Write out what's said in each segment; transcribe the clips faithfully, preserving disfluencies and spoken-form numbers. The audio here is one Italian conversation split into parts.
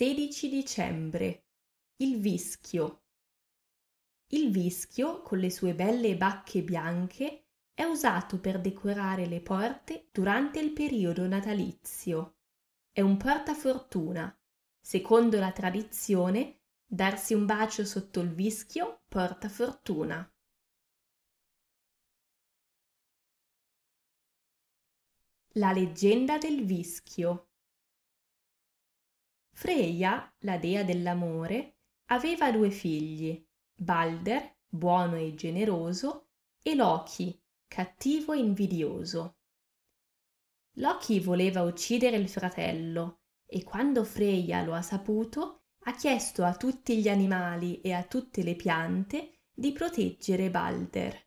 sedici dicembre. Il vischio. Il vischio, con le sue belle bacche bianche, è usato per decorare le porte durante il periodo natalizio. È un portafortuna. Secondo la tradizione, darsi un bacio sotto il vischio porta fortuna. La leggenda del vischio. Freya, la dea dell'amore, aveva due figli, Balder, buono e generoso, e Loki, cattivo e invidioso. Loki voleva uccidere il fratello e quando Freya lo ha saputo, ha chiesto a tutti gli animali e a tutte le piante di proteggere Balder.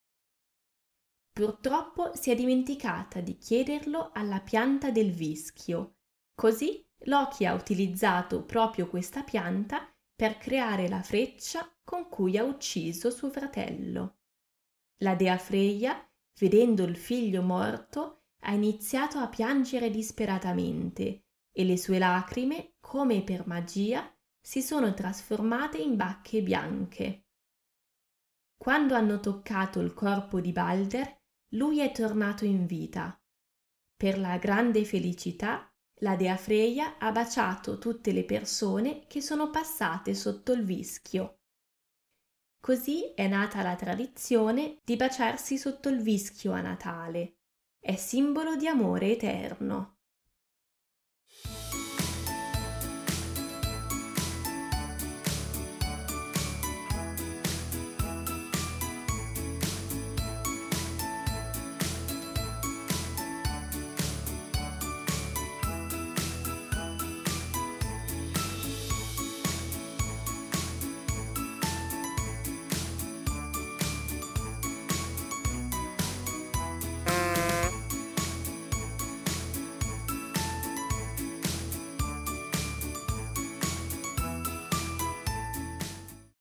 Purtroppo si è dimenticata di chiederlo alla pianta del vischio, così Loki ha utilizzato proprio questa pianta per creare la freccia con cui ha ucciso suo fratello. La dea Freya, vedendo il figlio morto, ha iniziato a piangere disperatamente e le sue lacrime, come per magia, si sono trasformate in bacche bianche. Quando hanno toccato il corpo di Balder, lui è tornato in vita. Per la grande felicità, la dea Freya ha baciato tutte le persone che sono passate sotto il vischio. Così è nata la tradizione di baciarsi sotto il vischio a Natale. È simbolo di amore eterno.